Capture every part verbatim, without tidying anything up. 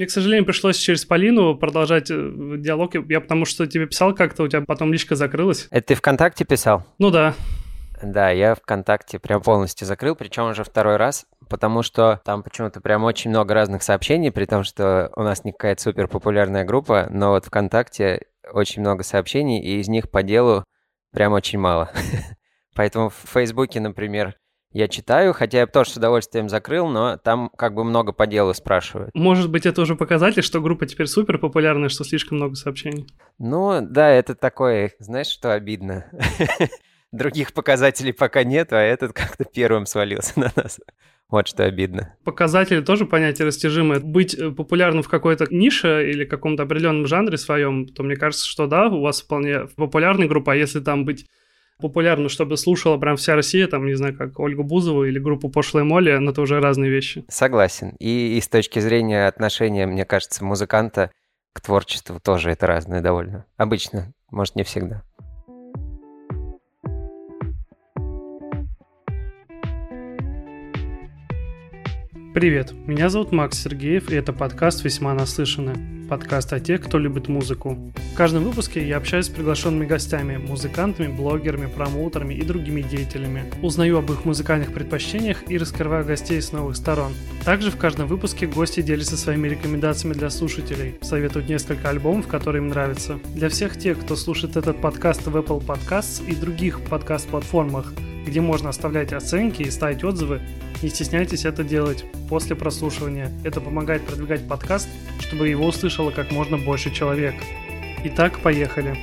Мне, к сожалению, пришлось через Полину продолжать диалог. Я потому что тебе писал как-то, у тебя потом личка закрылась. Это ты ВКонтакте писал? Ну да. Да, я ВКонтакте прям полностью закрыл, причем уже второй раз, потому что там почему-то прям очень много разных сообщений, при том, что у нас не какая-то супер популярная группа, но вот ВКонтакте очень много сообщений, и из них по делу прям очень мало. Поэтому в Фейсбуке, например, я читаю, хотя я бы тоже с удовольствием закрыл, но там как бы много по делу спрашивают. Может быть, это уже показатель, что группа теперь супер популярная, что слишком много сообщений? Ну, да, это такое, знаешь, что обидно? Других показателей пока нет, а этот как-то первым свалился на нас. Вот что обидно. Показатели тоже понятие растяжимое. Быть популярным в какой-то нише или каком-то определенном жанре своем, то мне кажется, что да, у вас вполне популярная группа, а если там быть популярным, чтобы слушала прям вся Россия, там, не знаю, как Ольгу Бузову или группу Пошлая Молли, но это уже разные вещи. Согласен. И, и с точки зрения отношения, мне кажется, музыканта к творчеству тоже это разное довольно. Обычно, может, не всегда. Привет, меня зовут Макс Сергеев, и это подкаст «Весьма наслышаны». Подкаст о тех, кто любит музыку. В каждом выпуске я общаюсь с приглашенными гостями, музыкантами, блогерами, промоутерами и другими деятелями. Узнаю об их музыкальных предпочтениях и раскрываю гостей с новых сторон. Также в каждом выпуске гости делятся своими рекомендациями для слушателей, советуют несколько альбомов, которые им нравятся. Для всех тех, кто слушает этот подкаст в Apple Podcasts и других подкаст-платформах, где можно оставлять оценки и ставить отзывы, не стесняйтесь это делать после прослушивания. Это помогает продвигать подкаст, чтобы его услышало как можно больше человек. Итак, поехали.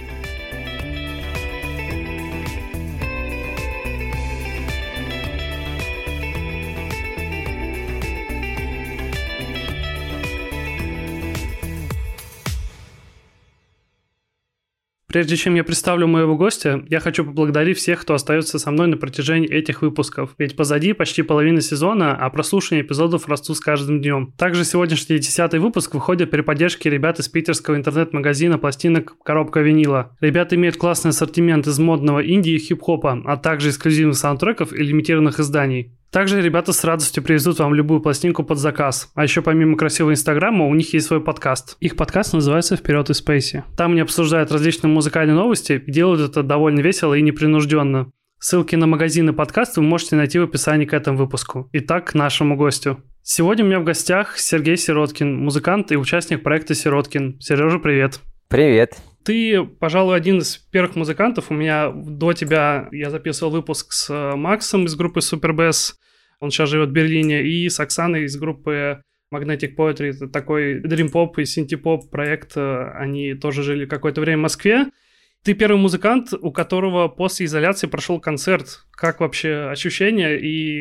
Прежде чем я представлю моего гостя, я хочу поблагодарить всех, кто остается со мной на протяжении этих выпусков. Ведь позади почти половина сезона, а прослушивание эпизодов растут с каждым днем. Также сегодняшний десятый выпуск выходит при поддержке ребят из питерского интернет-магазина пластинок «Коробка винила». Ребята имеют классный ассортимент из модного инди и хип-хопа, а также эксклюзивных саундтреков и лимитированных изданий. Также ребята с радостью привезут вам любую пластинку под заказ. А еще помимо красивого инстаграма у них есть свой подкаст. Их подкаст называется «Вперед из Спейси». Там они обсуждают различные музыкальные новости и делают это довольно весело и непринужденно. Ссылки на магазин и подкаст вы можете найти в описании к этому выпуску. Итак, к нашему гостю. Сегодня у меня в гостях Сергей Сироткин, музыкант и участник проекта «Сироткин». Сережа, привет. Привет. Ты, пожалуй, один из первых музыкантов. У меня до тебя я записывал выпуск с Максом из группы Супербэс. Он сейчас живет в Берлине. И с Оксаной из группы Magnetic Poetry. Это такой дрим-поп и синти-поп проект. Они тоже жили какое-то время в Москве. Ты первый музыкант, у которого после изоляции прошел концерт. Как вообще ощущения?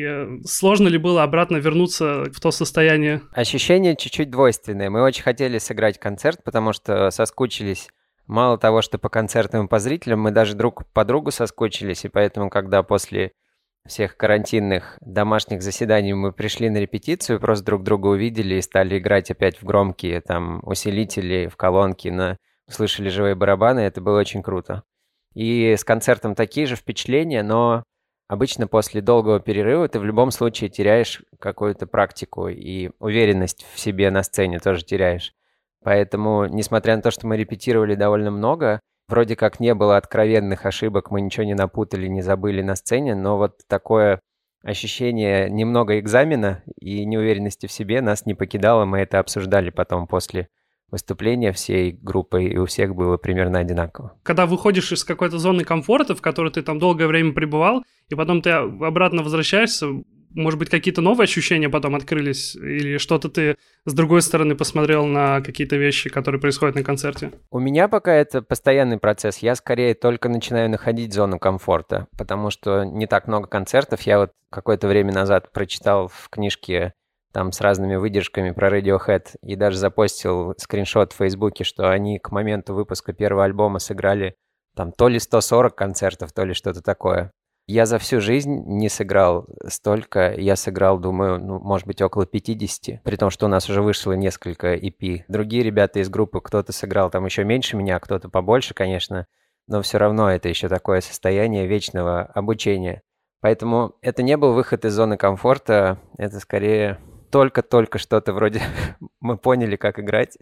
И сложно ли было обратно вернуться в то состояние? Ощущения чуть-чуть двойственные. Мы очень хотели сыграть концерт, потому что соскучились. Мало того, что по концертам и по зрителям, мы даже друг по другу соскучились, и поэтому, когда после всех карантинных домашних заседаний мы пришли на репетицию, просто друг друга увидели и стали играть опять в громкие там усилители, в колонки, на... услышали живые барабаны, это было очень круто. И с концертом такие же впечатления, но обычно после долгого перерыва ты в любом случае теряешь какую-то практику, и уверенность в себе на сцене тоже теряешь. Поэтому, несмотря на то, что мы репетировали довольно много, вроде как не было откровенных ошибок, мы ничего не напутали, не забыли на сцене, но вот такое ощущение немного экзамена и неуверенности в себе нас не покидало, мы это обсуждали потом после выступления всей группы, и у всех было примерно одинаково. Когда выходишь из какой-то зоны комфорта, в которой ты там долгое время пребывал, и потом ты обратно возвращаешься, может быть, какие-то новые ощущения потом открылись? Или что-то ты с другой стороны посмотрел на какие-то вещи, которые происходят на концерте? У меня пока это постоянный процесс. Я скорее только начинаю находить зону комфорта, потому что не так много концертов. Я вот какое-то время назад прочитал в книжке там с разными выдержками про Radiohead и даже запостил скриншот в Фейсбуке, что они к моменту выпуска первого альбома сыграли там то ли сто сорок концертов, то ли что-то такое. Я за всю жизнь не сыграл столько. Я сыграл, думаю, ну, может быть, около пятьдесят. При том, что у нас уже вышло несколько и пи. Другие ребята из группы, кто-то сыграл там еще меньше меня, кто-то побольше, конечно. Но все равно это еще такое состояние вечного обучения. Поэтому это не был выход из зоны комфорта. Это скорее только-только что-то вроде мы поняли, как играть,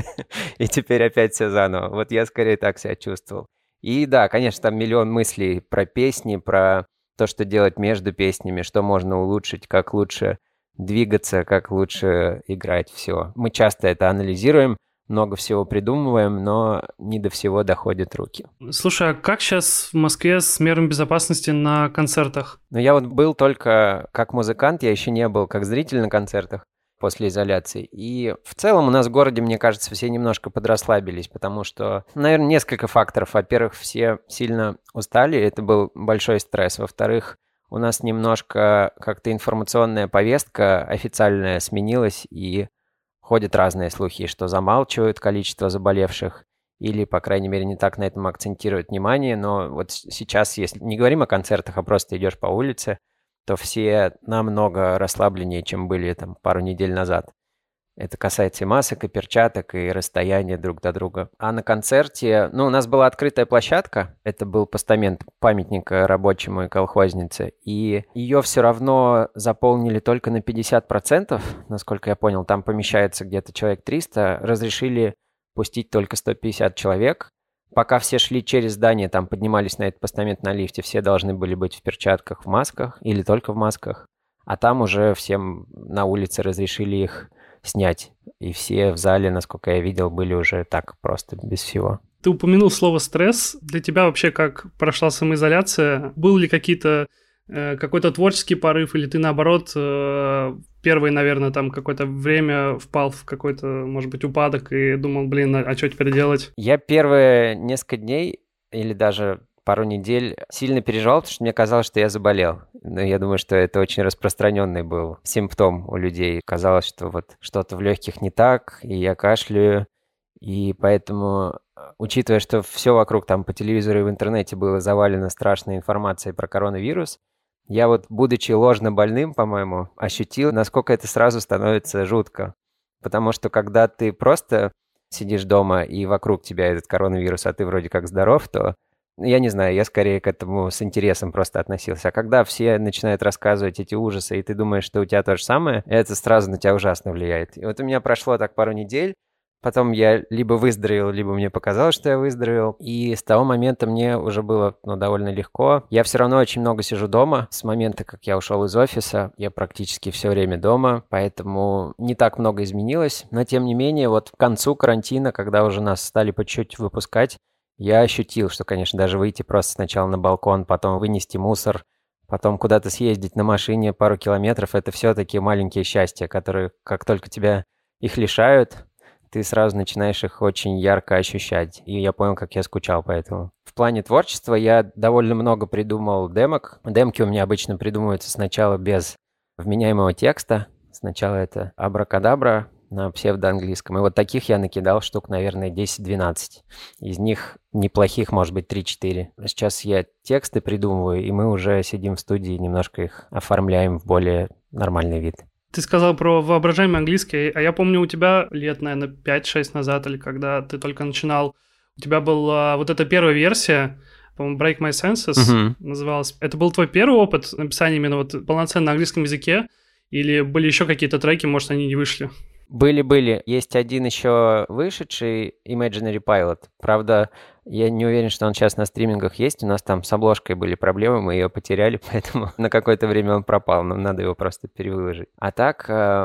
и теперь опять все заново. Вот я скорее так себя чувствовал. И да, конечно, там миллион мыслей про песни, про то, что делать между песнями, что можно улучшить, как лучше двигаться, как лучше играть, все. Мы часто это анализируем, много всего придумываем, но не до всего доходят руки. Слушай, а как сейчас в Москве с мерами безопасности на концертах? Ну, я вот был только как музыкант, я еще не был как зритель на концертах после изоляции. И в целом у нас в городе, мне кажется, все немножко подрасслабились, потому что, наверное, несколько факторов. Во-первых, все сильно устали, это был большой стресс. Во-вторых, у нас немножко как-то информационная повестка официальная сменилась, и ходят разные слухи, что замалчивают количество заболевших, или, по крайней мере, не так на этом акцентируют внимание. Но вот сейчас, если не говорим о концертах, а просто идешь по улице, то все намного расслабленнее, чем были там пару недель назад. Это касается и масок, и перчаток, и расстояния друг до друга. А на концерте, ну, у нас была открытая площадка, это был постамент памятника рабочему и колхознице, и ее все равно заполнили только на пятьдесят процентов, насколько я понял, там помещается где-то человек триста, разрешили пустить только сто пятьдесят человек. Пока все шли через здание, там поднимались на этот постамент на лифте, все должны были быть в перчатках, в масках или только в масках, а там уже всем на улице разрешили их снять. И все в зале, насколько я видел, были уже так просто, без всего. Ты упомянул слово «стресс». Для тебя вообще как прошла самоизоляция? Был ли какие-то, э, какой-то творческий порыв, или ты, наоборот, э, первое, наверное, там какое-то время впал в какой-то, может быть, упадок и думал, блин, а, а что теперь делать? Я первые несколько дней или даже пару недель сильно переживал, потому что мне казалось, что я заболел. Но я думаю, что это очень распространенный был симптом у людей. Казалось, что вот что-то в легких не так, и я кашляю. И поэтому, учитывая, что все вокруг там по телевизору и в интернете было завалено страшной информацией про коронавирус, я вот, будучи ложно больным, по-моему, ощутил, насколько это сразу становится жутко. Потому что когда ты просто сидишь дома, и вокруг тебя этот коронавирус, а ты вроде как здоров, то я не знаю, я скорее к этому с интересом просто относился. А когда все начинают рассказывать эти ужасы, и ты думаешь, что у тебя то же самое, это сразу на тебя ужасно влияет. И вот у меня прошло так пару недель, потом я либо выздоровел, либо мне показалось, что я выздоровел. И с того момента мне уже было ну, довольно легко. Я все равно очень много сижу дома. С момента, как я ушел из офиса, я практически все время дома, поэтому не так много изменилось. Но тем не менее, вот к концу карантина, когда уже нас стали по чуть-чуть выпускать, я ощутил, что, конечно, даже выйти просто сначала на балкон, потом вынести мусор, потом куда-то съездить на машине пару километров, это все-таки маленькие счастья, которые, как только тебя их лишают, ты сразу начинаешь их очень ярко ощущать. И я понял, как я скучал по этому. В плане творчества я довольно много придумал демок. Демки у меня обычно придумываются сначала без вменяемого текста. Сначала это абракадабра на псевдоанглийском. И вот таких я накидал штук, наверное, десять-двенадцать. Из них неплохих, может быть, три-четыре. Сейчас я тексты придумываю, и мы уже сидим в студии, немножко их оформляем в более нормальный вид. Ты сказал про воображаемый английский, а я помню, у тебя лет, наверное, пять-шесть назад, или когда ты только начинал, у тебя была вот эта первая версия, по-моему, Break My Senses uh-huh. называлась. Это был твой первый опыт написания именно вот полноценно на английском языке? Или были еще какие-то треки, может, они не вышли? Были-были. Есть один еще вышедший, Imaginary Pilot. Правда, я не уверен, что он сейчас на стримингах есть. У нас там с обложкой были проблемы, мы ее потеряли, поэтому на какое-то время он пропал. Нам надо его просто перевыложить. А так,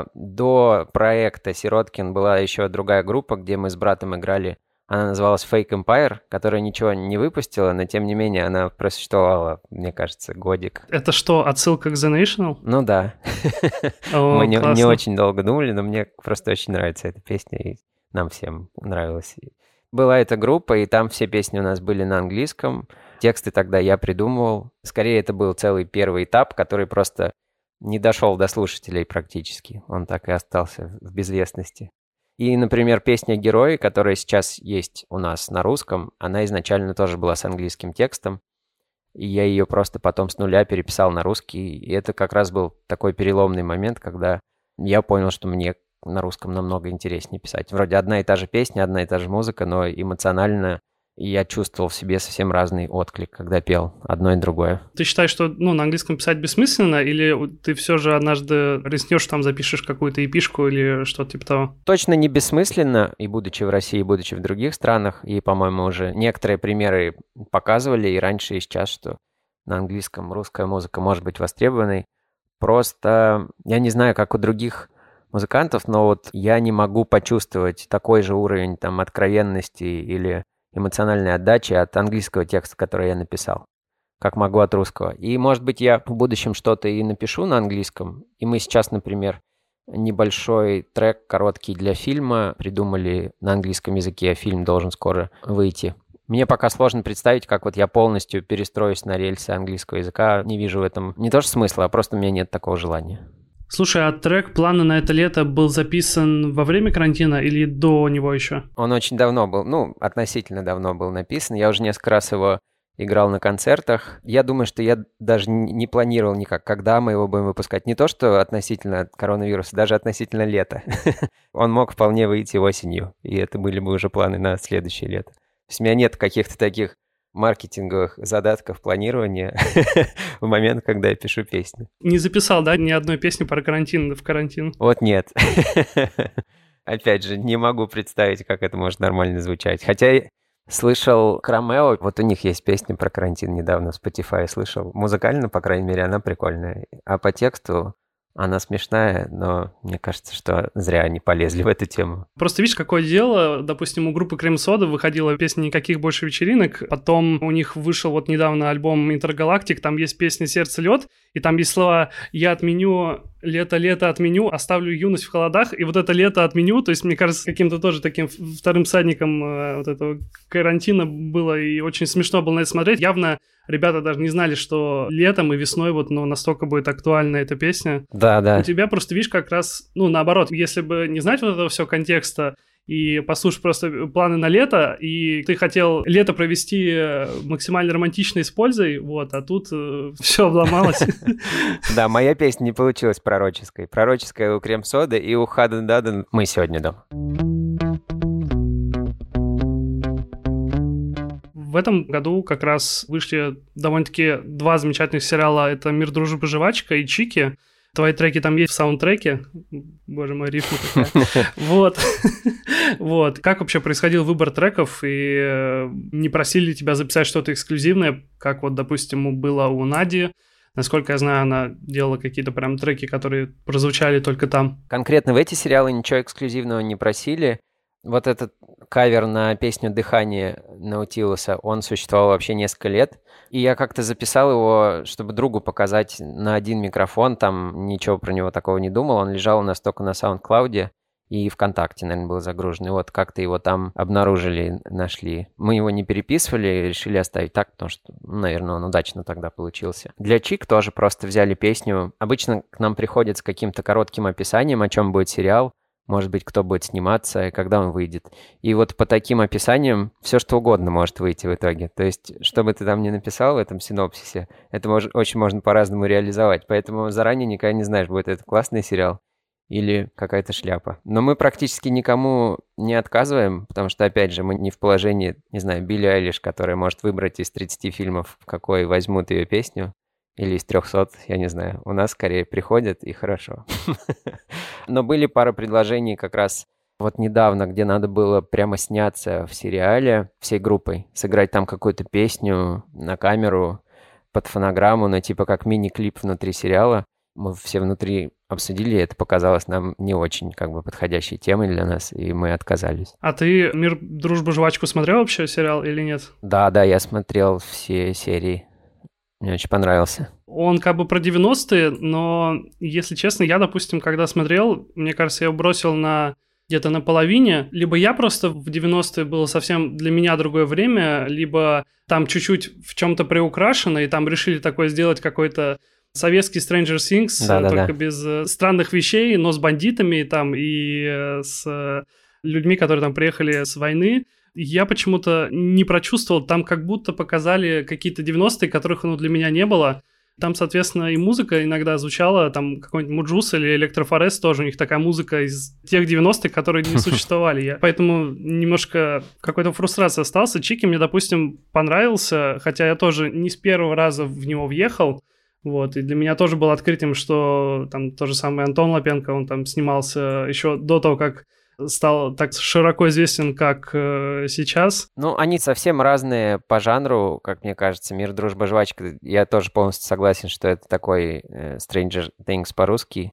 до проекта Сироткин была еще другая группа, где мы с братом играли. Она называлась Fake Empire, которая ничего не выпустила, но тем не менее она просуществовала, мне кажется, годик. Это что, отсылка к The National? Ну да. О, Мы не, классно. не очень долго думали, но мне просто очень нравится эта песня, и нам всем нравилась. Была эта группа, и там все песни у нас были на английском. Тексты тогда я придумывал. Скорее, это был целый первый этап, который просто не дошел до слушателей практически. Он так и остался в безвестности. И, например, песня «Герои», которая сейчас есть у нас на русском, она изначально тоже была с английским текстом, и я ее просто потом с нуля переписал на русский, и это как раз был такой переломный момент, когда я понял, что мне на русском намного интереснее писать. Вроде одна и та же песня, одна и та же музыка, но эмоционально и я чувствовал в себе совсем разный отклик, когда пел одно и другое. Ты считаешь, что ну, на английском писать бессмысленно, или ты все же однажды рискнешь, там запишешь какую-то эпишку или что-то типа того? Точно не бессмысленно, и будучи в России, и будучи в других странах, и, по-моему, уже некоторые примеры показывали и раньше, и сейчас, что на английском русская музыка может быть востребованной. Просто я не знаю, как у других музыкантов, но вот я не могу почувствовать такой же уровень там откровенности или эмоциональной отдачи от английского текста, который я написал, как могу от русского. И, может быть, я в будущем что-то и напишу на английском. И мы сейчас, например, небольшой трек короткий для фильма придумали на английском языке, а фильм должен скоро выйти. Мне пока сложно представить, как вот я полностью перестроюсь на рельсы английского языка. Не вижу в этом не то что смысла, а просто у меня нет такого желания. Слушай, а трек «Планы на это лето» был записан во время карантина или до него еще? Он очень давно был, ну, относительно давно был написан. Я уже несколько раз его играл на концертах. Я думаю, что я даже не планировал никак, когда мы его будем выпускать. Не то, что относительно коронавируса, даже относительно лета. Он мог вполне выйти осенью, и это были бы уже планы на следующее лето. То есть у меня нет каких-то таких маркетинговых задатков планирования в момент, когда я пишу песни. Не записал, да, ни одной песни про карантин в карантин? Вот нет. Опять же, не могу представить, как это может нормально звучать. Хотя слышал Кромео, вот у них есть песня про карантин недавно в Spotify слышал. Музыкально, по крайней мере, она прикольная. А по тексту она смешная, но мне кажется, что зря они полезли в эту тему. Просто видишь, какое дело. Допустим, у группы Крем Сода выходила песня «Никаких больше вечеринок». Потом у них вышел вот недавно альбом «Интергалактик». Там есть песня «Сердце лед», и там есть слова «Я отменю лето-лето отменю, оставлю юность в холодах». И вот это «лето отменю», то есть, мне кажется, каким-то тоже таким вторым всадником э, вот этого карантина было, и очень смешно было на это смотреть. Явно ребята даже не знали, что летом и весной вот, ну, настолько будет актуальна эта песня. Да, да. У тебя просто, видишь, как раз, ну, наоборот, если бы не знать вот этого всего контекста и послушать просто планы на лето, и ты хотел лето провести максимально романтично и с пользой, вот, а тут э, все обломалось. Да, моя песня не получилась пророческой. Пророческая у Крем Сода и у Хаден Даден «Мы сегодня дома». В этом году как раз вышли довольно-таки два замечательных сериала. Это «Мир, дружба, жвачка» и «Чики». Твои треки там есть в саундтреке. Боже мой, рифма такая. Вот. Вот. Как вообще происходил выбор треков? И не просили ли тебя записать что-то эксклюзивное, как вот, допустим, было у Нади? Насколько я знаю, она делала какие-то прям треки, которые прозвучали только там. Конкретно в эти сериалы ничего эксклюзивного не просили. Вот этот кавер на песню «Дыхание» Наутилуса, он существовал вообще несколько лет. И я как-то записал его, чтобы другу показать на один микрофон. Там ничего про него такого не думал. Он лежал у нас только на SoundCloud и ВКонтакте, наверное, был загружен. И вот как-то его там обнаружили, нашли. Мы его не переписывали, решили оставить так, потому что, наверное, он удачно тогда получился. Для Чик тоже просто взяли песню. Обычно к нам приходят с каким-то коротким описанием, о чем будет сериал. Может быть, кто будет сниматься и когда он выйдет. И вот по таким описаниям все что угодно может выйти в итоге. То есть, что бы ты там ни написал в этом синопсисе, это мож- очень можно по-разному реализовать. Поэтому заранее никогда не знаешь, будет это классный сериал или какая-то шляпа. Но мы практически никому не отказываем, потому что, опять же, мы не в положении, не знаю, Билли Айлиш, которая может выбрать из тридцати фильмов, в какой возьмут ее песню. Или из трехсот, я не знаю. У нас скорее приходят, и хорошо. Но были пара предложений как раз вот недавно, где надо было прямо сняться в сериале всей группой, сыграть там какую-то песню на камеру под фонограмму, но типа как мини-клип внутри сериала. Мы все внутри обсудили, это показалось нам не очень как бы подходящей темой для нас, и мы отказались. А ты «Мир, дружба, жвачку» смотрел вообще сериал или нет? Да, да, я смотрел все серии. Мне очень понравился. Он как бы про девяностые, но, если честно, я, допустим, когда смотрел, мне кажется, я его бросил на где-то на половине. Либо я просто в девяностые было совсем для меня другое время, либо там чуть-чуть в чем-то приукрашено, и там решили такое сделать какой-то советский Stranger Things, да, только да, да. без странных вещей, но с бандитами там и с людьми, которые там приехали с войны. Я почему-то не прочувствовал, там как будто показали какие-то девяностые, которых, ну, для меня не было. Там, соответственно, и музыка иногда звучала, там какой-нибудь Муджус или Электрофорез тоже, у них такая музыка из тех девяностых, которые не существовали. Я поэтому немножко какой-то фрустрация остался. Чики мне, допустим, понравился, хотя я тоже не с первого раза в него въехал. Вот, и для меня тоже было открытием, что там тот же самый Антон Лапенко, он там снимался еще до того, как стал так широко известен, как э, сейчас. Ну, они совсем разные по жанру, как мне кажется. «Мир, дружба, жвачка». Я тоже полностью согласен, что это такой э, Stranger Things по-русски.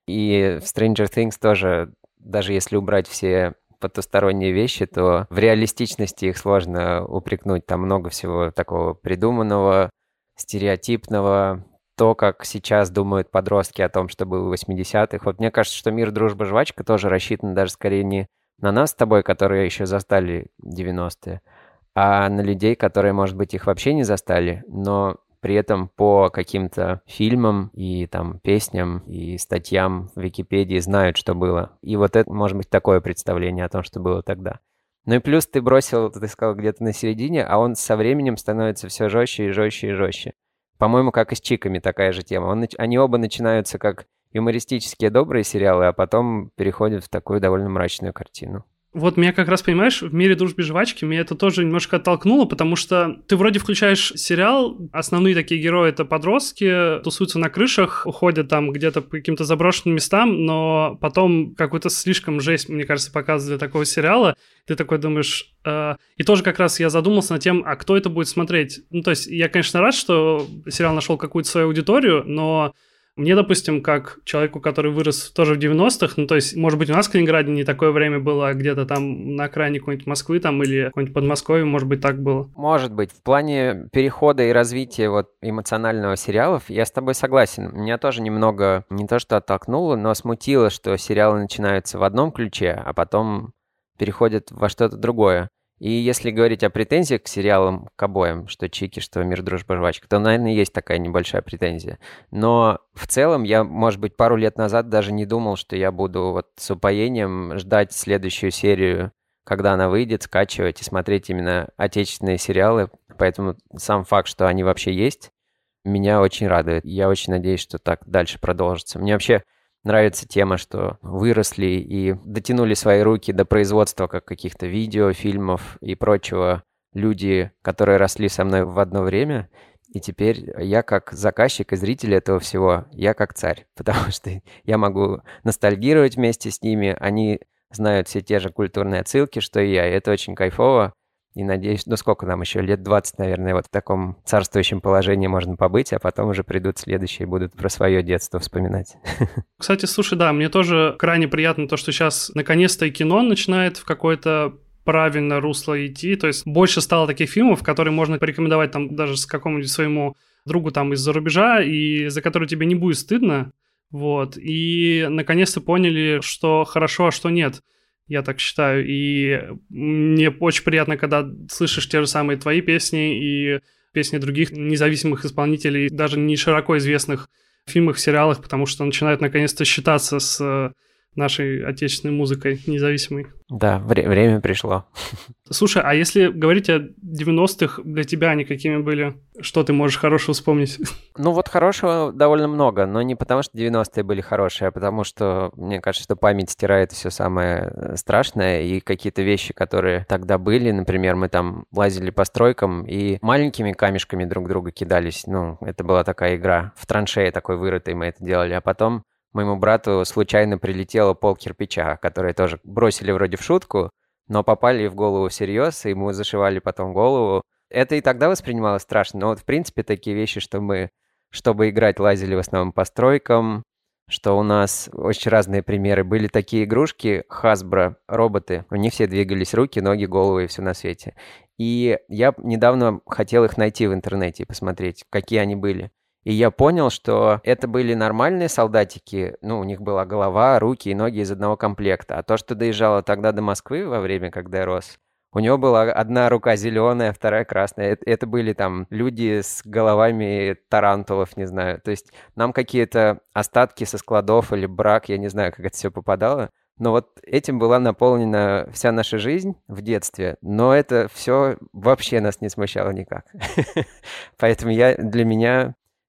И в Stranger Things тоже, даже если убрать все потусторонние вещи, то в реалистичности их сложно упрекнуть. Там много всего такого придуманного, стереотипного. То, как сейчас думают подростки о том, что было в восьмидесятых. Вот мне кажется, что «Мир, дружба, жвачка» тоже рассчитан даже скорее не на нас с тобой, которые еще застали девяностые, а на людей, которые, может быть, их вообще не застали, но при этом по каким-то фильмам и там песням и статьям в Википедии знают, что было. И вот это может быть такое представление о том, что было тогда. Ну и плюс ты бросил, ты сказал, где-то на середине, а он со временем становится все жестче и жестче и жестче. По-моему, как и с «Чиками» такая же тема. Он, они оба начинаются как юмористические добрые сериалы, а потом переходят в такую довольно мрачную картину. Вот меня как раз, понимаешь, в «Мире, дружбе, жвачки» меня это тоже немножко оттолкнуло, потому что ты вроде включаешь сериал, основные такие герои — это подростки, тусуются на крышах, уходят там где-то по каким-то заброшенным местам, но потом какую-то слишком жесть, мне кажется, показывают для такого сериала. Ты такой думаешь... Э, и тоже как раз я задумался над тем, а кто это будет смотреть. Ну, то есть я, конечно, рад, что сериал нашел какую-то свою аудиторию, но... Мне, допустим, как человеку, который вырос тоже в девяностых, ну, то есть, может быть, у нас в Калининграде не такое время было, а где-то там на окраине какой-нибудь Москвы там или какой-нибудь Подмосковье, может быть, так было. Может быть. В плане перехода и развития вот эмоционального сериалов я с тобой согласен. Меня тоже немного не то что оттолкнуло, но смутило, что сериалы начинаются в одном ключе, а потом переходят во что-то другое. И если говорить о претензиях к сериалам, к обоим, что «Чики», что «Мир, дружба, жвачка», то, наверное, есть такая небольшая претензия. Но в целом я, может быть, пару лет назад даже не думал, что я буду вот с упоением ждать следующую серию, когда она выйдет, скачивать и смотреть именно отечественные сериалы. Поэтому сам факт, что они вообще есть, меня очень радует. Я очень надеюсь, что так дальше продолжится. Мне вообще... Нравится тема, что выросли и дотянули свои руки до производства как каких-то видео, фильмов и прочего люди, которые росли со мной в одно время. И теперь я как заказчик и зритель этого всего, я как царь. Потому что я могу ностальгировать вместе с ними, они знают все те же культурные отсылки, что и я. И это очень кайфово. И надеюсь, ну сколько нам еще, лет двадцать, наверное, вот в таком царствующем положении можно побыть, а потом уже придут следующие и будут про свое детство вспоминать. Кстати, слушай, да, мне тоже крайне приятно то, что сейчас наконец-то и кино начинает в какое-то правильное русло идти, то есть больше стало таких фильмов, которые можно порекомендовать там даже с какому-нибудь своему другу там из-за рубежа, и за которые тебе не будет стыдно, вот, и наконец-то поняли, что хорошо, а что нет. Я так считаю, и мне очень приятно, когда слышишь те же самые твои песни и песни других независимых исполнителей, даже не широко известных в фильмах, в сериалах, потому что начинают наконец-то считаться с нашей отечественной музыкой независимой. Да, вре- время пришло. Слушай, а если говорить о девяностых, для тебя они какими были? Что ты можешь хорошего вспомнить? Ну вот хорошего довольно много, но не потому, что девяностые были хорошие, а потому что, мне кажется, что память стирает все самое страшное, и какие-то вещи, которые тогда были, например, мы там лазили по стройкам и маленькими камешками друг друга кидались, ну, это была такая игра, в траншее такой вырытой мы это делали, а потом моему брату случайно прилетело пол кирпича, которые тоже бросили вроде в шутку, но попали в голову всерьез, и ему зашивали потом голову. Это и тогда воспринималось страшно, но вот в принципе такие вещи, что мы, чтобы играть, лазили в основном по стройкам, что у нас очень разные примеры. Были такие игрушки Hasbro, роботы, у них все двигались руки, ноги, головы и все на свете. И я недавно хотел их найти в интернете и посмотреть, какие они были. И я понял, что это были нормальные солдатики, ну, у них была голова, руки и ноги из одного комплекта. А то, что доезжало тогда до Москвы во время, когда я рос, у него была одна рука зеленая, вторая красная. Это, это были там люди с головами тарантулов, не знаю. То есть нам какие-то остатки со складов или брак, я не знаю, как это все попадало. Но вот этим была наполнена вся наша жизнь в детстве, но это все вообще нас не смущало никак. Поэтому я, для меня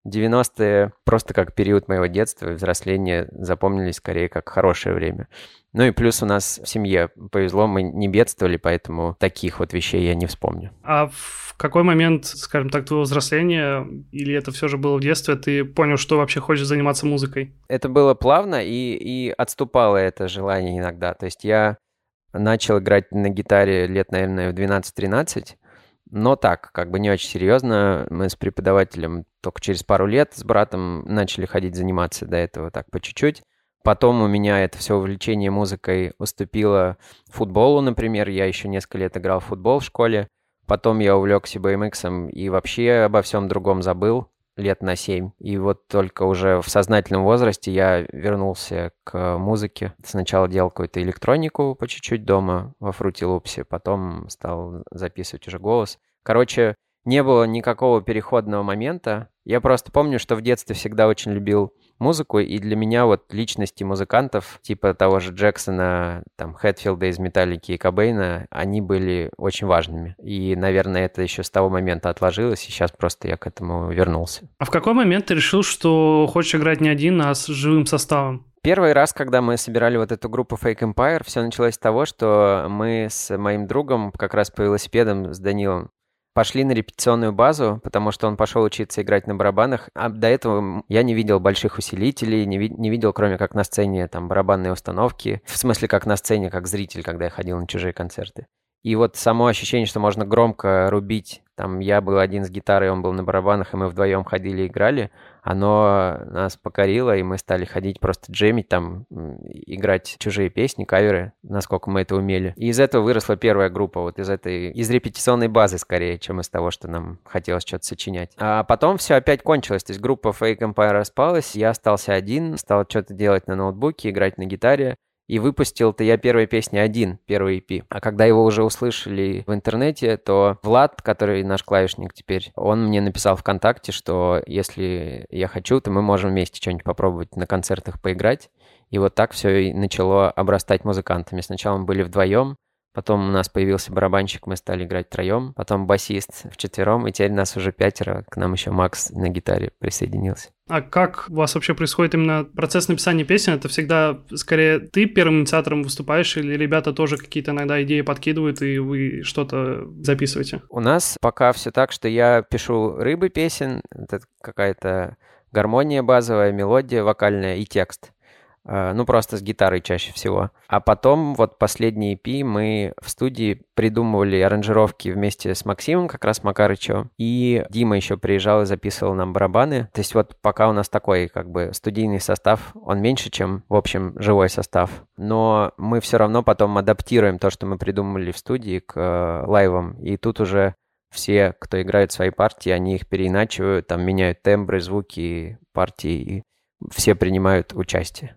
девяностые просто как период моего детства и взросления запомнились скорее как хорошее время. Ну и плюс у нас в семье повезло, мы не бедствовали, поэтому таких вот вещей я не вспомню. А в какой момент, скажем так, твоего взросления, или это все же было в детстве, ты понял, что вообще хочешь заниматься музыкой? Это было плавно, и, и отступало это желание иногда. То есть я начал играть на гитаре лет, наверное, в двенадцать-тринадцать, но так, как бы не очень серьезно. Мы с преподавателем только через пару лет с братом начали ходить заниматься, до этого так по чуть-чуть. Потом у меня это все увлечение музыкой уступило футболу, например. Я еще несколько лет играл в футбол в школе. Потом я увлекся би эм иксом и вообще обо всем другом забыл лет на семь. И вот только уже в сознательном возрасте я вернулся к музыке. Сначала делал какую-то электронику по чуть-чуть дома во Fruity Loops'е, потом стал записывать уже голос. Короче, не было никакого переходного момента. Я просто помню, что в детстве всегда очень любил музыку, и для меня вот личности музыкантов, типа того же Джексона, там, Хэтфилда из Металлики и Кобейна, они были очень важными. И, наверное, это еще с того момента отложилось, и сейчас просто я к этому вернулся. А в какой момент ты решил, что хочешь играть не один, а с живым составом? Первый раз, когда мы собирали вот эту группу Fake Empire, все началось с того, что мы с моим другом, как раз по велосипедам, с Данилом, пошли на репетиционную базу, потому что он пошел учиться играть на барабанах. А до этого я не видел больших усилителей, не, ви- не видел, кроме как на сцене, там, барабанные установки. В смысле, как на сцене, как зритель, когда я ходил на чужие концерты. И вот само ощущение, что можно громко рубить, там, я был один с гитарой, он был на барабанах, и мы вдвоем ходили и играли, оно нас покорило, и мы стали ходить просто джемить, там, играть чужие песни, каверы, насколько мы это умели. И из этого выросла первая группа, вот из этой, из репетиционной базы скорее, чем из того, что нам хотелось что-то сочинять. А потом все опять кончилось, то есть группа Fake Empire распалась, я остался один, стал что-то делать на ноутбуке, играть на гитаре. И выпустил-то я первые песни один, первый и пи. А когда его уже услышали в интернете, то Влад, который наш клавишник теперь, он мне написал ВКонтакте, что если я хочу, то мы можем вместе что-нибудь попробовать на концертах поиграть. И вот так все и начало обрастать музыкантами. Сначала мы были вдвоем, потом у нас появился барабанщик, мы стали играть втроем, потом басист вчетвером, и теперь нас уже пятеро, к нам еще Макс на гитаре присоединился. А как у вас вообще происходит именно процесс написания песен? Это всегда скорее ты первым инициатором выступаешь, или ребята тоже какие-то иногда идеи подкидывают, и вы что-то записываете? У нас пока все так, что я пишу рыбы песен, это какая-то гармония базовая, мелодия вокальная и текст. Ну, просто с гитарой чаще всего. А потом, вот последний и пи мы в студии придумывали аранжировки вместе с Максимом, как раз Макарычем, и Дима еще приезжал и записывал нам барабаны. То есть вот пока у нас такой, как бы, студийный состав, он меньше, чем, в общем, живой состав. Но мы все равно потом адаптируем то, что мы придумали в студии, к э, лайвам. И тут уже все, кто играет свои партии, они их переиначивают, там меняют тембры, звуки партии, и все принимают участие.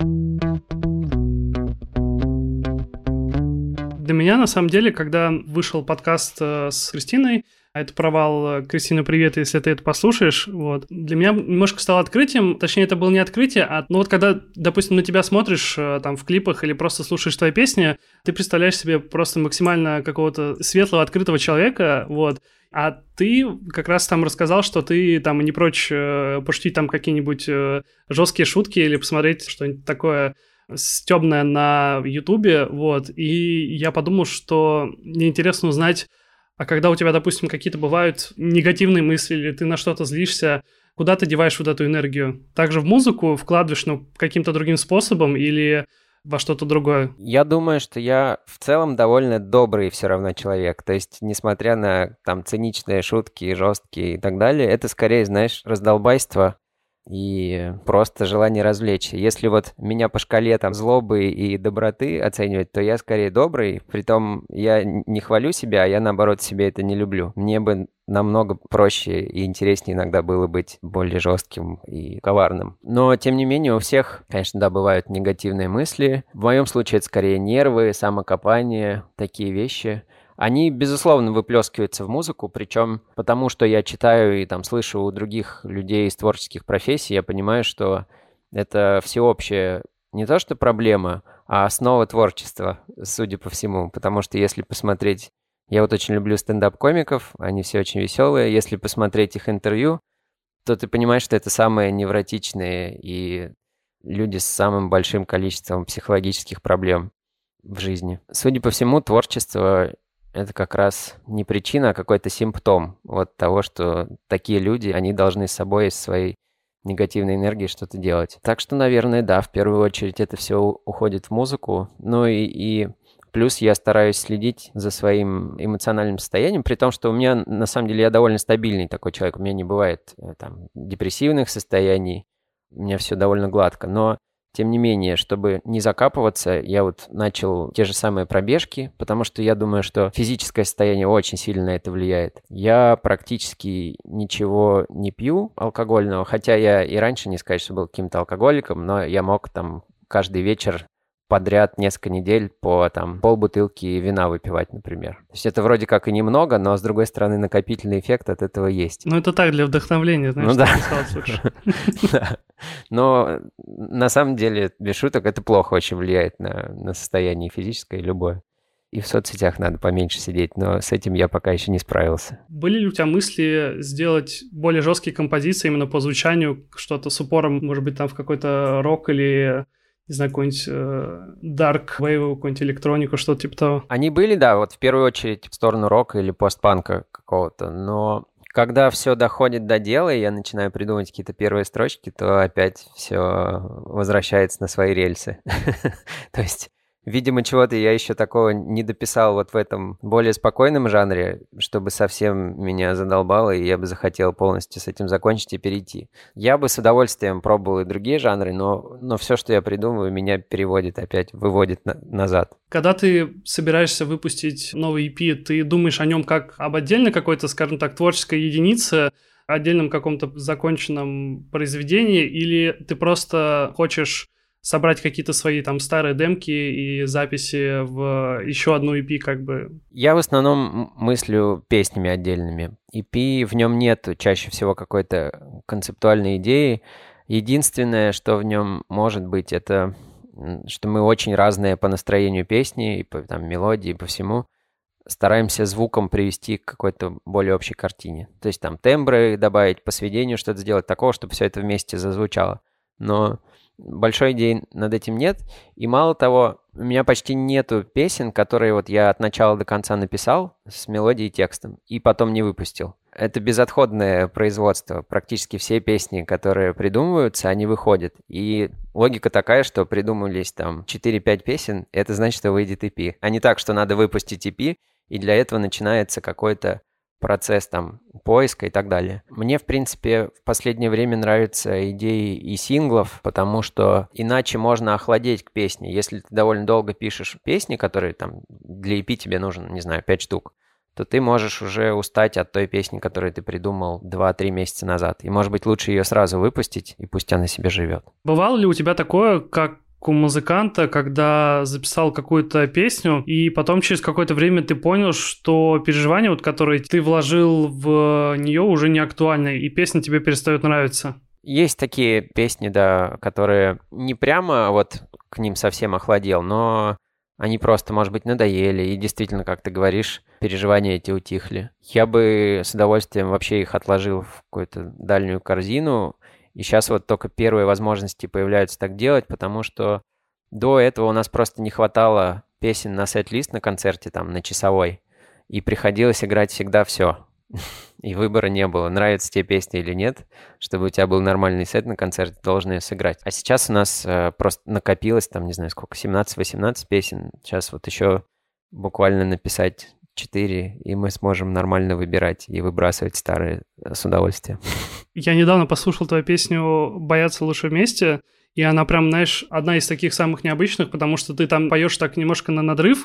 Для меня, на самом деле, когда вышел подкаст э, с Кристиной, это провал, Кристина, привет, если ты это послушаешь, вот, для меня немножко стало открытием, точнее, это было не открытие, а, ну вот когда, допустим, на тебя смотришь э, там в клипах или просто слушаешь твои песни, ты представляешь себе просто максимально какого-то светлого, открытого человека, вот. А ты как раз там рассказал, что ты там не прочь э, пошутить там какие-нибудь э, жесткие шутки или посмотреть что-нибудь такое стёбное на Ютубе, вот. И я подумал, что мне интересно узнать, а когда у тебя, допустим, какие-то бывают негативные мысли или ты на что-то злишься, куда ты деваешь вот эту энергию? Также в музыку вкладываешь, ну, каким-то другим способом или во что-то другое? Я думаю, что я в целом довольно добрый все равно человек. То есть, несмотря на там циничные шутки, жесткие и так далее, это скорее, знаешь, раздолбайство и просто желание развлечься. Если вот меня по шкале там злобы и доброты оценивать, то я скорее добрый. Притом я не хвалю себя, а я наоборот себе это не люблю. Мне бы намного проще и интереснее иногда было быть более жестким и коварным. Но, тем не менее, у всех, конечно, да, бывают негативные мысли. В моем случае это скорее нервы, самокопание, такие вещи. Они, безусловно, выплескиваются в музыку, причем потому, что я читаю и там слышу у других людей из творческих профессий, я понимаю, что это всеобщая не то что проблема, а основа творчества, судя по всему. Потому что если посмотреть... Я вот очень люблю стендап-комиков, они все очень веселые. Если посмотреть их интервью, то ты понимаешь, что это самые невротичные и люди с самым большим количеством психологических проблем в жизни. Судя по всему, творчество — это как раз не причина, а какой-то симптом вот того, что такие люди, они должны с собой, из своей негативной энергии что-то делать. Так что, наверное, да, в первую очередь это все уходит в музыку. Ну и, и плюс я стараюсь следить за своим эмоциональным состоянием, при том, что у меня, на самом деле, я довольно стабильный такой человек. У меня не бывает там депрессивных состояний, у меня все довольно гладко. Но, тем не менее, чтобы не закапываться, я вот начал те же самые пробежки, потому что я думаю, что физическое состояние очень сильно на это влияет. Я практически ничего не пью алкогольного, хотя я и раньше, не сказать, что был каким-то алкоголиком, но я мог там каждый вечер подряд несколько недель по там полбутылки вина выпивать, например. То есть это вроде как и немного, но, с другой стороны, накопительный эффект от этого есть. Ну, это так, для вдохновления, знаешь, ну, да. да. Но на самом деле, без шуток, это плохо очень влияет на, на состояние физическое и любое. И в соцсетях надо поменьше сидеть, но с этим я пока еще не справился. Были ли у тебя мысли сделать более жесткие композиции именно по звучанию, что-то с упором, может быть, там в какой-то рок или... не знаю, какой-нибудь э, dark wave, какую-нибудь электронику, что-то типа того? Они были, да, вот в первую очередь в сторону рока или постпанка какого-то, но когда все доходит до дела, и я начинаю придумывать какие-то первые строчки, то опять все возвращается на свои рельсы. То есть, видимо, чего-то я еще такого не дописал вот в этом более спокойном жанре, чтобы совсем меня задолбало, и я бы захотел полностью с этим закончить и перейти. Я бы с удовольствием пробовал и другие жанры, но, но все, что я придумываю, меня переводит опять, выводит на- назад. Когда ты собираешься выпустить новый и пи, ты думаешь о нем как об отдельной какой-то, скажем так, творческой единице, отдельном каком-то законченном произведении, или ты просто хочешь собрать какие-то свои там старые демки и записи в еще одну и пи как бы? Я в основном мыслю песнями отдельными. и пи, в нем нет чаще всего какой-то концептуальной идеи. Единственное, что в нем может быть, это что мы очень разные по настроению песни, и по там, мелодии, и по всему. Стараемся звуком привести к какой-то более общей картине. То есть там тембры добавить, по сведению что-то сделать такого, чтобы все это вместе зазвучало. Но большой идеи над этим нет. И мало того, у меня почти нету песен, которые вот я от начала до конца написал с мелодией и текстом, и потом не выпустил. Это безотходное производство. Практически все песни, которые придумываются, они выходят. И логика такая, что придумались там четыре-пять песен, это значит, что выйдет и пи. А не так, что надо выпустить и пи, и для этого начинается какой-то процесс там поиска и так далее. Мне, в принципе, в последнее время нравятся идеи и синглов, потому что иначе можно охладеть к песне. Если ты довольно долго пишешь песни, которые там для и пи тебе нужно, не знаю, пять штук, то ты можешь уже устать от той песни, которую ты придумал два-три месяца назад. И, может быть, лучше ее сразу выпустить, и пусть она себе живет. Бывало ли у тебя такое, как у музыканта, когда записал какую-то песню, и потом через какое-то время ты понял, что переживания, вот, которые ты вложил в нее, уже не актуальны, и песня тебе перестает нравиться? Есть такие песни, да, которые не прямо вот к ним совсем охладел, но они просто, может быть, надоели, и действительно, как ты говоришь, переживания эти утихли. Я бы с удовольствием вообще их отложил в какую-то дальнюю корзину, и сейчас вот только первые возможности появляются так делать, потому что до этого у нас просто не хватало песен на сет-лист на концерте, там, на часовой, и приходилось играть всегда все. И выбора не было, нравятся тебе песни или нет. Чтобы у тебя был нормальный сет на концерте, ты должен ее сыграть. А сейчас у нас э, просто накопилось, там, не знаю сколько, семнадцать-восемнадцать песен. Сейчас вот еще буквально написать четыре, и мы сможем нормально выбирать и выбрасывать старые с удовольствием. Я недавно послушал твою песню «Бояться лучше вместе», и она прям, знаешь, одна из таких самых необычных, потому что ты там поешь так немножко на надрыв,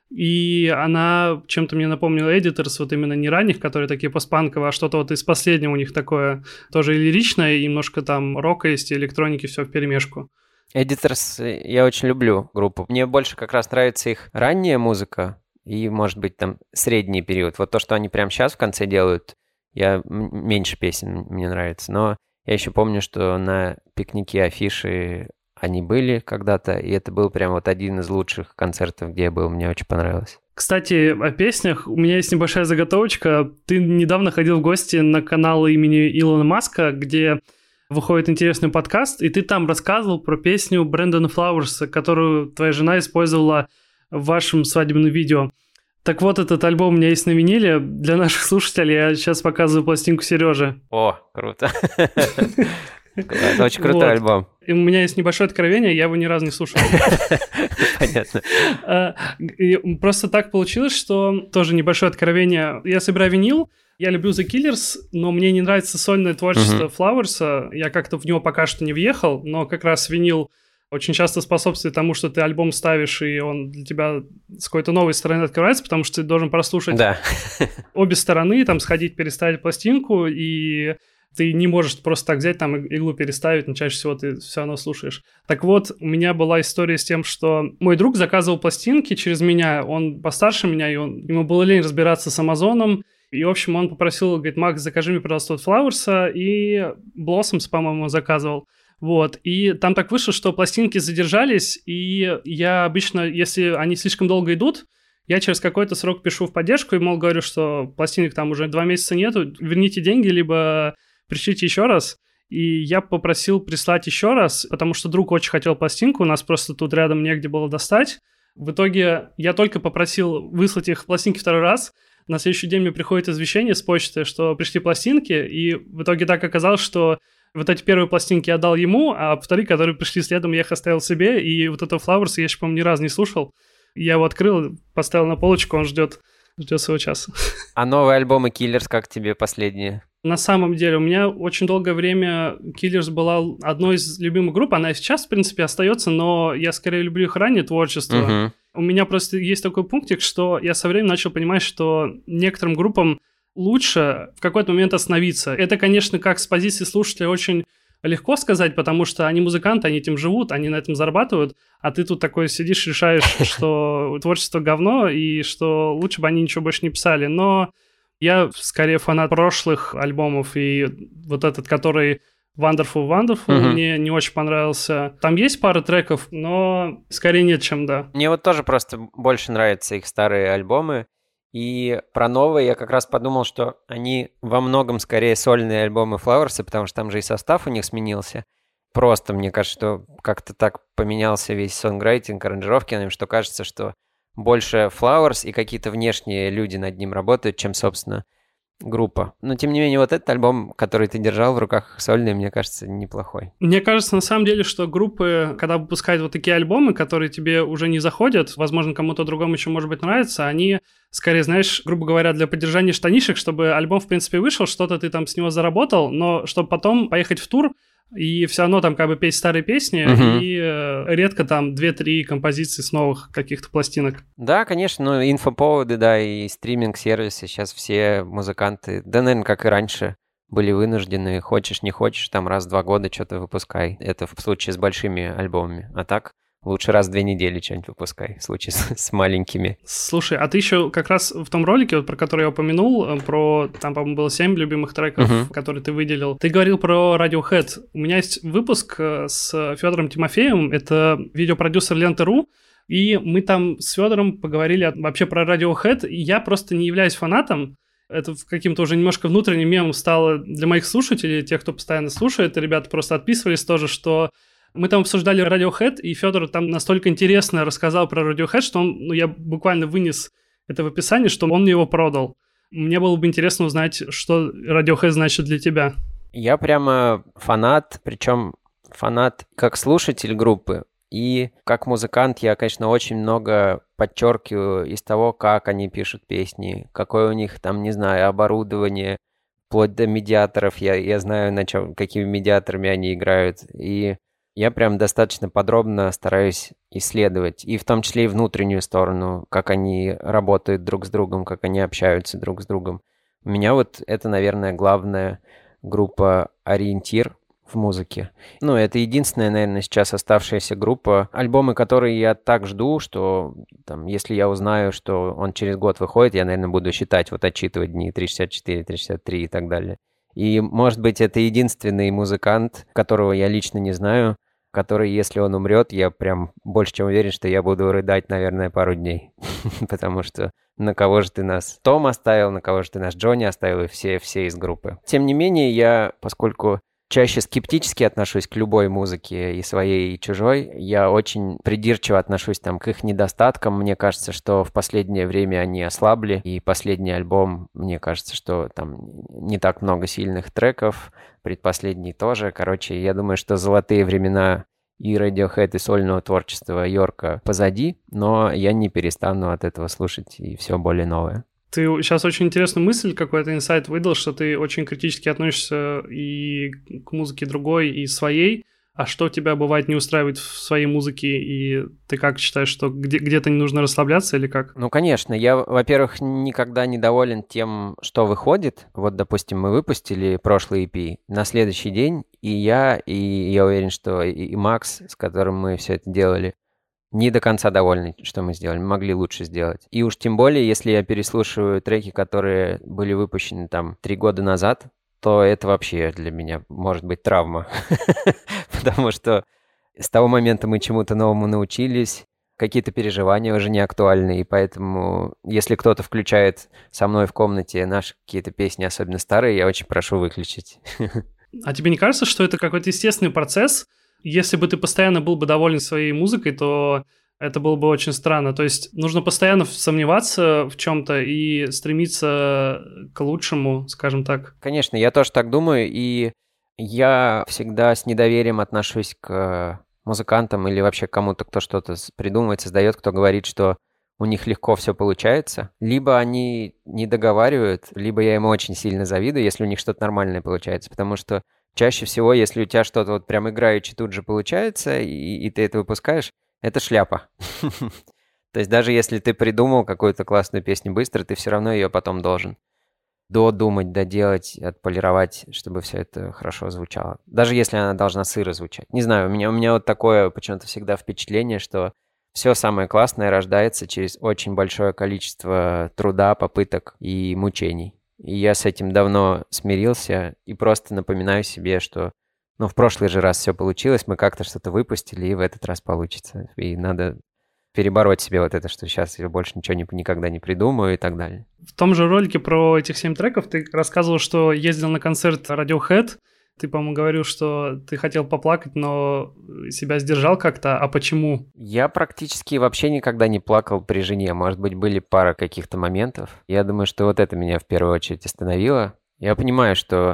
и она чем-то мне напомнила Editors, вот именно не ранних, которые такие постпанковые, а что-то вот из последнего у них такое тоже лиричное, и немножко там рока есть, и электроники, все вперемешку. Editors я очень люблю группу. Мне больше как раз нравится их ранняя музыка и, может быть, там средний период. Вот то, что они прямо сейчас в конце делают, я меньше песен мне нравится. Но я еще помню, что на пикнике афиши они были когда-то, и это был прям вот один из лучших концертов, где я был, мне очень понравилось. Кстати, о песнях у меня есть небольшая заготовочка. Ты недавно ходил в гости на канал имени Илона Маска, где выходит интересный подкаст, и ты там рассказывал про песню Брэндона Флауэрса, которую твоя жена использовала в вашем свадебном видео. Так вот, этот альбом у меня есть на виниле. Для наших слушателей я сейчас показываю пластинку Сережи. О, круто. Это очень крутой вот. Альбом. И у меня есть небольшое откровение, я его ни разу не слушал. Понятно. Просто так получилось, что тоже небольшое откровение. Я собираю винил, я люблю The Killers, но мне не нравится сольное творчество Флауэрса. Я как-то в него пока что не въехал, но как раз винил очень часто способствует тому, что ты альбом ставишь, и он для тебя с какой-то новой стороны открывается, потому что ты должен прослушать да. обе стороны, там сходить, переставить пластинку, и ты не можешь просто так взять, там иглу переставить, но чаще всего ты все равно слушаешь. Так вот, у меня была история с тем, что мой друг заказывал пластинки через меня, он постарше меня, и он, ему было лень разбираться с Амазоном, и, в общем, он попросил, говорит, Макс, закажи мне, пожалуйста, от Флауэрса, и Blossoms, по-моему, заказывал. Вот, и там так вышло, что пластинки задержались, и я обычно, если они слишком долго идут, я через какой-то срок пишу в поддержку и, мол, говорю, что пластинок там уже два месяца нету, верните деньги, либо пришлите еще раз. И я попросил прислать еще раз, потому что друг очень хотел пластинку, у нас просто тут рядом негде было достать. В итоге я только попросил выслать их пластинки второй раз. На следующий день мне приходит извещение с почты, что пришли пластинки, и в итоге так оказалось, что вот эти первые пластинки я дал ему, а вторые, которые пришли следом, я их оставил себе, и вот этого Флауэрса я еще, по-моему, ни разу не слушал. Я его открыл, поставил на полочку, он ждет, ждет своего часа. А новые альбомы Killers как тебе последние? На самом деле, у меня очень долгое время Killers была одной из любимых групп, она и сейчас, в принципе, остается, но я скорее люблю их раннее творчество. Uh-huh. У меня просто есть такой пунктик, что я со временем начал понимать, что некоторым группам лучше в какой-то момент остановиться. Это, конечно, как с позиции слушателя очень легко сказать, потому что они музыканты, они этим живут, они на этом зарабатывают, а ты тут такой сидишь, решаешь, что творчество говно, и что лучше бы они ничего больше не писали. Но я скорее фанат прошлых альбомов, и вот этот, который Wonderful Wonderful, uh-huh. мне не очень понравился. Там есть пара треков, но скорее нет, чем да. Мне вот тоже просто больше нравятся их старые альбомы. И про новые я как раз подумал, что они во многом скорее сольные альбомы Флауэрса, потому что там же и состав у них сменился. Просто, мне кажется, что как-то так поменялся весь сонграйтинг, аранжировки, что кажется, что больше Flowers и какие-то внешние люди над ним работают, чем, собственно, группа. Но, тем не менее, вот этот альбом, который ты держал в руках, сольный, мне кажется, неплохой. Мне кажется, на самом деле, что группы, когда выпускают вот такие альбомы, которые тебе уже не заходят, возможно, кому-то другому еще, может быть, нравится, они скорее, знаешь, грубо говоря, для поддержания штанишек, чтобы альбом, в принципе, вышел, что-то ты там с него заработал, но чтобы потом поехать в тур, и все равно там как бы петь старые песни, uh-huh. и э, редко там две-три композиции с новых каких-то пластинок. Да, конечно, ну инфоповоды, да, и стриминг-сервисы, сейчас все музыканты, да, наверное, как и раньше, были вынуждены, хочешь, не хочешь, там раз в два года что-то выпускай. Это в случае с большими альбомами, а так лучше раз в две недели что-нибудь выпускай, в случае с, с маленькими. Слушай, а ты еще как раз в том ролике, вот, про который я упомянул, про, там, по-моему, было семь любимых треков, uh-huh. которые ты выделил, ты говорил про Radiohead. У меня есть выпуск с Федором Тимофеевым, это видеопродюсер Ленты.ру, и мы там с Федором поговорили вообще про Radiohead, и я просто не являюсь фанатом. Это каким-то уже немножко внутренним мемом стало для моих слушателей, тех, кто постоянно слушает, ребята просто отписывались тоже, что мы там обсуждали Radiohead, и Федор там настолько интересно рассказал про Radiohead, что он, ну, я буквально вынес это в описание, что он мне его продал. Мне было бы интересно узнать, что Radiohead значит для тебя. Я прямо фанат, причем фанат как слушатель группы, и как музыкант я, конечно, очень много подчеркиваю из того, как они пишут песни, какое у них там, не знаю, оборудование, вплоть до медиаторов. Я, я знаю, на чем, какими медиаторами они играют, и я прям достаточно подробно стараюсь исследовать, и в том числе и внутреннюю сторону, как они работают друг с другом, как они общаются друг с другом. У меня вот это, наверное, главная группа-ориентир в музыке. Ну, это единственная, наверное, сейчас оставшаяся группа. Альбомы, которые я так жду, что там, если я узнаю, что он через год выходит, я, наверное, буду считать, вот отчитывать дни триста шестьдесят четыре, триста шестьдесят три и так далее. И, может быть, это единственный музыкант, которого я лично не знаю, который, если он умрет, я прям больше чем уверен, что я буду рыдать, наверное, пару дней. Потому что на кого же ты нас Том оставил, на кого же ты нас Джонни оставил, и все, все из группы. Тем не менее, я, поскольку чаще скептически отношусь к любой музыке, и своей, и чужой, я очень придирчиво отношусь там к их недостаткам. Мне кажется, что в последнее время они ослабли, и последний альбом, мне кажется, что там не так много сильных треков, предпоследний тоже. Короче, я думаю, что золотые времена и Radiohead, и сольного творчества Йорка позади, но я не перестану от этого слушать и все более новое. Ты сейчас очень интересную мысль, какой-то инсайт выдал, что ты очень критически относишься и к музыке другой, и своей. А что тебя бывает не устраивает в своей музыке, и ты как считаешь, что где- где-то не нужно расслабляться или как? Ну, конечно, я, во-первых, никогда не доволен тем, что выходит. Вот, допустим, мы выпустили прошлый и пи на следующий день, и я, и я уверен, что и, и Макс, с которым мы все это делали, не до конца довольны, что мы сделали, мы могли лучше сделать. И уж тем более, если я переслушиваю треки, которые были выпущены там три года назад, то это вообще для меня может быть травма. Потому что с того момента мы чему-то новому научились, какие-то переживания уже не актуальны, и поэтому, если кто-то включает со мной в комнате наши какие-то песни, особенно старые, я очень прошу выключить. А тебе не кажется, что это какой-то естественный процесс? Если бы ты постоянно был бы доволен своей музыкой, то это было бы очень странно. То есть нужно постоянно сомневаться в чем-то и стремиться к лучшему, скажем так. Конечно, я тоже так думаю, и я всегда с недоверием отношусь к музыкантам или вообще к кому-то, кто что-то придумывает, создает, кто говорит, что у них легко все получается. Либо они не договаривают, либо я ему очень сильно завидую, если у них что-то нормальное получается, потому что чаще всего, если у тебя что-то вот прям играючи тут же получается, и, и ты это выпускаешь, это шляпа. То есть даже если ты придумал какую-то классную песню быстро, ты все равно ее потом должен додумать, доделать, отполировать, чтобы все это хорошо звучало. Даже если она должна сыро звучать. Не знаю, у меня, у меня вот такое почему-то всегда впечатление, что все самое классное рождается через очень большое количество труда, попыток и мучений. И я с этим давно смирился и просто напоминаю себе, что ну, в прошлый же раз все получилось, мы как-то что-то выпустили, и в этот раз получится. И надо перебороть себе вот это, что сейчас я больше ничего не, никогда не придумаю и так далее. В том же ролике про этих семь треков ты рассказывал, что ездил на концерт Radiohead. Ты, по-моему, говорил, что ты хотел поплакать, но себя сдержал как-то. А почему? Я практически вообще никогда не плакал при жене. Может быть, были пара каких-то моментов. Я думаю, что вот это меня в первую очередь остановило. Я понимаю, что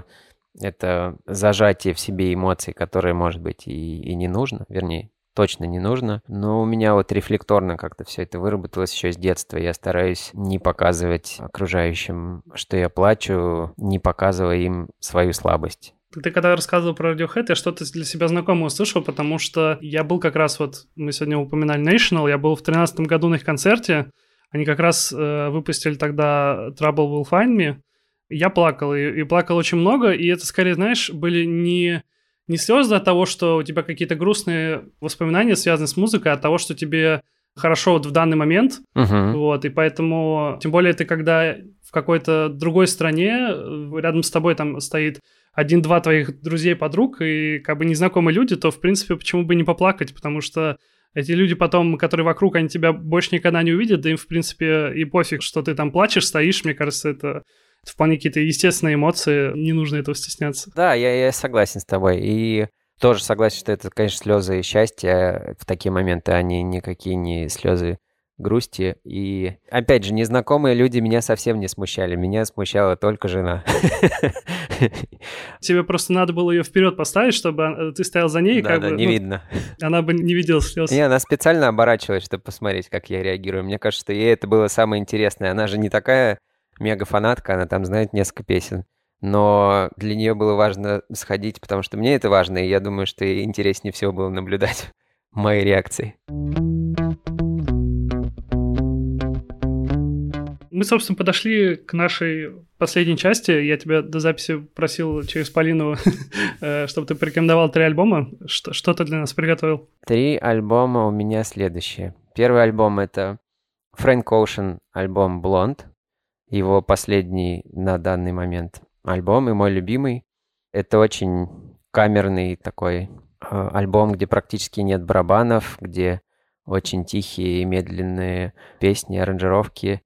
это зажатие в себе эмоций, которые, может быть, и, и не нужно. Вернее, точно не нужно. Но у меня вот рефлекторно как-то все это выработалось еще с детства. Я стараюсь не показывать окружающим, что я плачу, не показывая им свою слабость. Ты когда рассказывал про Radiohead, я что-то для себя знакомое услышал, потому что я был как раз вот, мы сегодня упоминали National, я был в тринадцатом году на их концерте, они как раз э, выпустили тогда Trouble Will Find Me, я плакал, и, и плакал очень много, и это скорее, знаешь, были не, не слезы от того, что у тебя какие-то грустные воспоминания связаны с музыкой, а от того, что тебе хорошо вот в данный момент, Uh-huh. вот, и поэтому, тем более ты когда в какой-то другой стране, рядом с тобой там стоит один-два твоих друзей-подруг и как бы незнакомые люди, то, в принципе, почему бы не поплакать, потому что эти люди потом, которые вокруг, они тебя больше никогда не увидят, да им, в принципе, и пофиг, что ты там плачешь, стоишь, мне кажется, это, это вполне какие-то естественные эмоции, не нужно этого стесняться. Да, я, я согласен с тобой, и тоже согласен, что это, конечно, слезы счастья в такие моменты, они никакие не слезы грусти. И, опять же, незнакомые люди меня совсем не смущали. Меня смущала только жена. Тебе просто надо было ее вперед поставить, чтобы ты стоял за ней. Да, как да, бы, не ну, видно. Она бы не видела слез. Не, она специально оборачивалась, чтобы посмотреть, как я реагирую. Мне кажется, что ей это было самое интересное. Она же не такая мега-фанатка, она там знает несколько песен. Но для нее было важно сходить, потому что мне это важно, и я думаю, что ей интереснее всего было наблюдать мои реакции. Мы, собственно, подошли к нашей последней части. Я тебя до записи просил через Полину, чтобы ты порекомендовал три альбома. Что, что ты для нас приготовил? Три альбома у меня следующие. Первый альбом — это Фрэнк Оушен, альбом «Blonde». Его последний на данный момент альбом и мой любимый. Это очень камерный такой альбом, где практически нет барабанов, где очень тихие и медленные песни, аранжировки.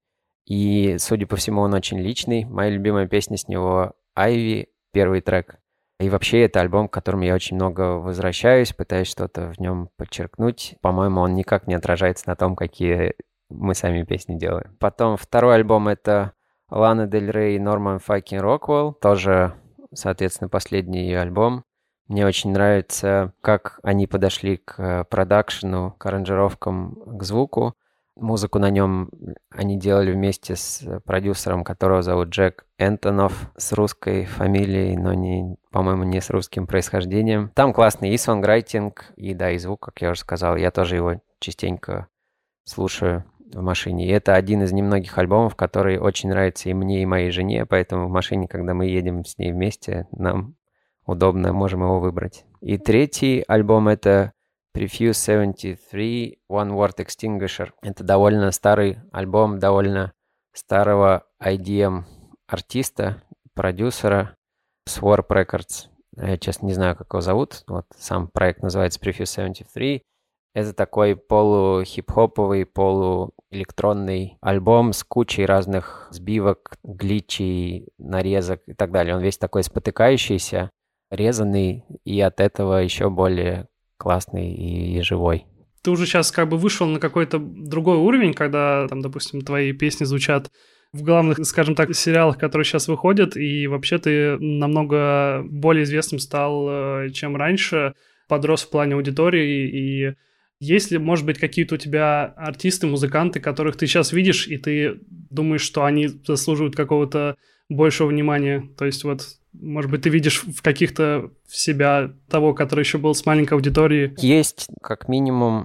И, судя по всему, он очень личный. Моя любимая песня с него «Айви», первый трек. И вообще это альбом, к которому я очень много возвращаюсь, пытаюсь что-то в нем подчеркнуть. По-моему, он никак не отражается на том, какие мы сами песни делаем. Потом второй альбом — это Лана Дель Рей и Норман Факин Роквелл. Тоже, соответственно, последний ее альбом. Мне очень нравится, как они подошли к продакшену, к аранжировкам, к звуку. Музыку на нем они делали вместе с продюсером, которого зовут Джек Энтонов, с русской фамилией, но, не, по-моему, не с русским происхождением. Там классный и сонграйтинг, и, да, и звук, как я уже сказал. Я тоже его частенько слушаю в машине. И это один из немногих альбомов, который очень нравится и мне, и моей жене, поэтому в машине, когда мы едем с ней вместе, нам удобно, можем его выбрать. И третий альбом — это Prefuse семьдесят три One Word Extinguisher. Это довольно старый альбом, довольно старого ай ди эм-артиста, продюсера с Warp Records. Я, честно, не знаю, как его зовут. Вот сам проект называется Prefuse семьдесят три. Это такой полу-хип-хоповый, полу-электронный альбом с кучей разных сбивок, гличей, нарезок и так далее. Он весь такой спотыкающийся, резанный и от этого еще более классный и живой. Ты уже сейчас как бы вышел на какой-то другой уровень, когда, там, допустим, твои песни звучат в главных, скажем так, сериалах, которые сейчас выходят, и вообще ты намного более известным стал, чем раньше, подрос в плане аудитории, и есть ли, может быть, какие-то у тебя артисты, музыканты, которых ты сейчас видишь, и ты думаешь, что они заслуживают какого-то большего внимания? То есть вот, может быть, ты видишь в каких-то в себя того, который еще был с маленькой аудиторией? Есть, как минимум,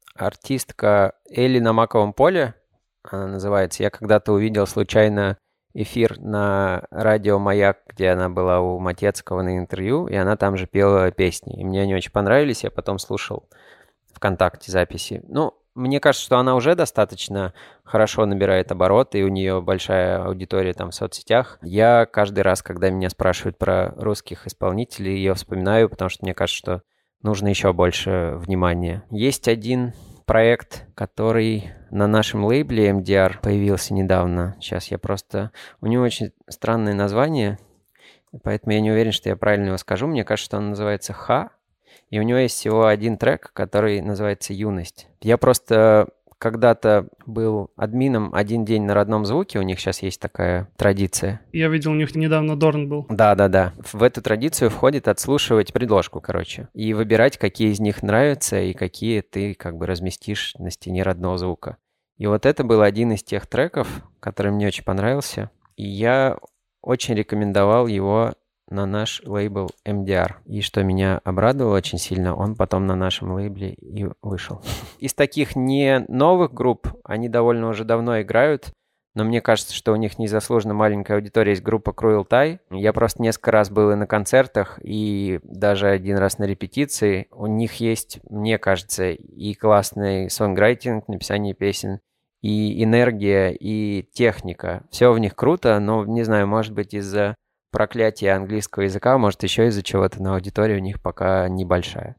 артистка Элли на маковом поле, она называется. Я когда-то увидел случайно эфир на радио «Маяк», где она была у Матецкого на интервью, и она там же пела песни. И мне они очень понравились, я потом слушал ВКонтакте записи. Ну, мне кажется, что она уже достаточно хорошо набирает обороты, и у нее большая аудитория там в соцсетях. Я каждый раз, когда меня спрашивают про русских исполнителей, ее вспоминаю, потому что мне кажется, что нужно еще больше внимания. Есть один проект, который на нашем лейбле эм ди ар появился недавно. Сейчас я просто... У него очень странное название, поэтому я не уверен, что я правильно его скажу. Мне кажется, что он называется «Ха». И у него есть всего один трек, который называется «Юность». Я просто когда-то был админом «Один день на родном звуке». У них сейчас есть такая традиция. Я видел, у них недавно Дорн был. Да-да-да. В эту традицию входит отслушивать предложку, короче. И выбирать, какие из них нравятся и какие ты как бы разместишь на стене родного звука. И вот это был один из тех треков, который мне очень понравился. И я очень рекомендовал его на наш лейбл эм ди ар. И что меня обрадовало очень сильно, он потом на нашем лейбле и вышел. Из таких не новых групп, они довольно уже давно играют, но мне кажется, что у них незаслуженно маленькая аудитория, есть группа Cruel Tie. Я просто несколько раз был и на концертах, и даже один раз на репетиции. У них есть, мне кажется, и классный сонграйтинг, написание песен, и энергия, и техника. Все в них круто, но, не знаю, может быть, из-за проклятие английского языка, может, еще из-за чего-то, но аудитория у них пока небольшая.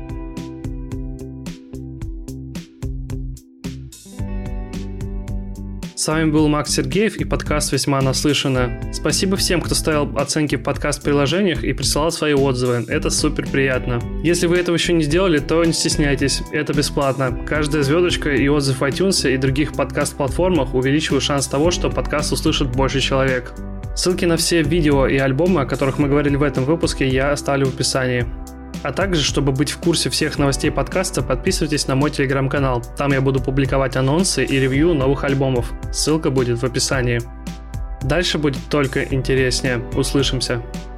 С вами был Макс Сергеев и подкаст «Весьма наслышано». Спасибо всем, кто ставил оценки в подкаст-приложениях и присылал свои отзывы. Это супер приятно. Если вы этого еще не сделали, то не стесняйтесь. Это бесплатно. Каждая звездочка и отзыв в iTunes и других подкаст-платформах увеличивают шанс того, что подкаст услышит больше человек. Ссылки на все видео и альбомы, о которых мы говорили в этом выпуске, я оставлю в описании. А также, чтобы быть в курсе всех новостей подкаста, подписывайтесь на мой телеграм-канал. Там я буду публиковать анонсы и ревью новых альбомов. Ссылка будет в описании. Дальше будет только интереснее. Услышимся.